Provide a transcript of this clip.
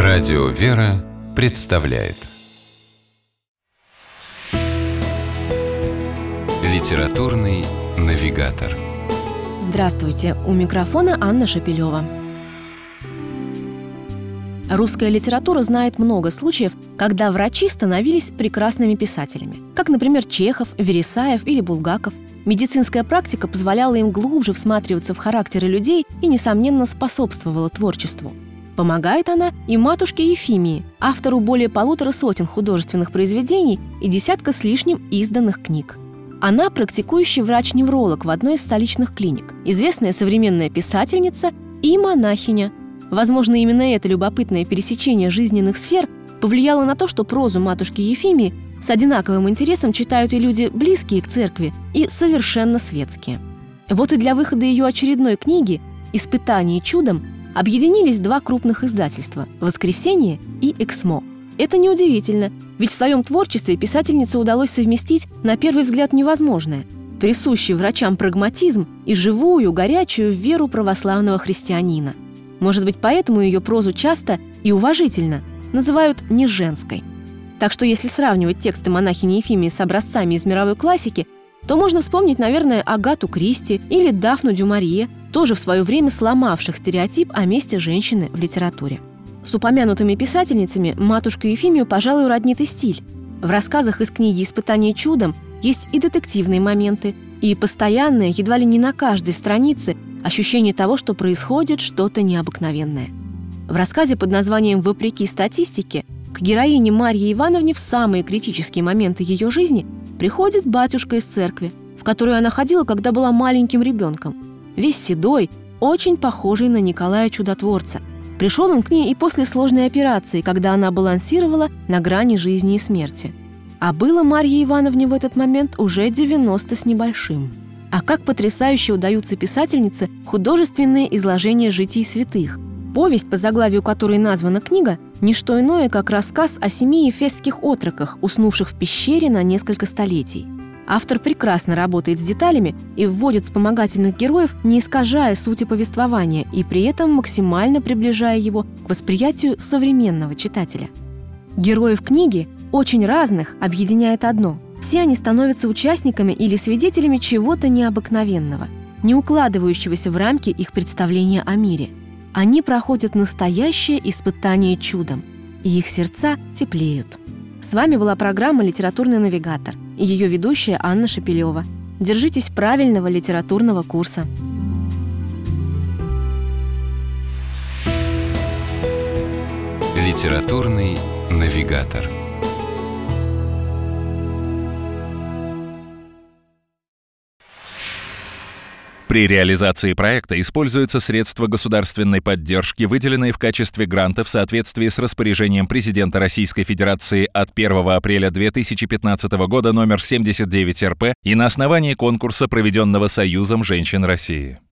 Радио «Вера» представляет Литературный навигатор. Здравствуйте, у микрофона Анна Шапилева. Русская литература знает много случаев, когда врачи становились прекрасными писателями, как, например, Чехов, Вересаев или Булгаков. Медицинская практика позволяла им глубже всматриваться в характеры людей и, несомненно, способствовала творчеству. Помогает она и матушке Ефимии, автору более 150 художественных произведений и десятка с лишним изданных книг. Она практикующий врач-невролог в одной из столичных клиник, известная современная писательница и монахиня. Возможно, именно это любопытное пересечение жизненных сфер повлияло на то, что прозу матушки Ефимии с одинаковым интересом читают и люди, близкие к церкви, и совершенно светские. Вот и для выхода ее очередной книги «Испытание чудом» объединились два крупных издательства – «Воскресенье» и «Эксмо». Это неудивительно, ведь в своем творчестве писательнице удалось совместить, на первый взгляд, невозможное – присущий врачам прагматизм и живую, горячую веру православного христианина. Может быть, поэтому ее прозу часто и уважительно называют неженской. Так что если сравнивать тексты монахини Ефимии с образцами из мировой классики, то можно вспомнить, наверное, Агату Кристи или Дафну дю Марье, тоже в свое время сломавших стереотип о месте женщины в литературе. С упомянутыми писательницами матушка Ефимию, пожалуй, роднит и стиль. В рассказах из книги «Испытание чудом» есть и детективные моменты, и постоянное, едва ли не на каждой странице, ощущение того, что происходит что-то необыкновенное. В рассказе под названием «Вопреки статистике» к героине Марье Ивановне в самые критические моменты ее жизни приходит батюшка из церкви, в которую она ходила, когда была маленьким ребенком. Весь седой, очень похожий на Николая Чудотворца. Пришел он к ней и после сложной операции, когда она балансировала на грани жизни и смерти. А было Марье Ивановне в этот момент уже 90 с небольшим. А как потрясающе удаются писательнице художественные изложения житий святых. Повесть, по заглавию которой названа книга, не что иное, как рассказ о 7 эфесских отроках, уснувших в пещере на несколько столетий. Автор прекрасно работает с деталями и вводит вспомогательных героев, не искажая сути повествования и при этом максимально приближая его к восприятию современного читателя. Героев книги, очень разных, объединяет одно – все они становятся участниками или свидетелями чего-то необыкновенного, не укладывающегося в рамки их представления о мире. Они проходят настоящее испытание чудом, и их сердца теплеют. С вами была программа «Литературный навигатор» и ее ведущая Анна Шапилева. Держитесь правильного литературного курса. Литературный навигатор. При реализации проекта используются средства государственной поддержки, выделенные в качестве гранта в соответствии с распоряжением президента Российской Федерации от 1 апреля 2015 года номер 79 РП и на основании конкурса, проведенного Союзом женщин России.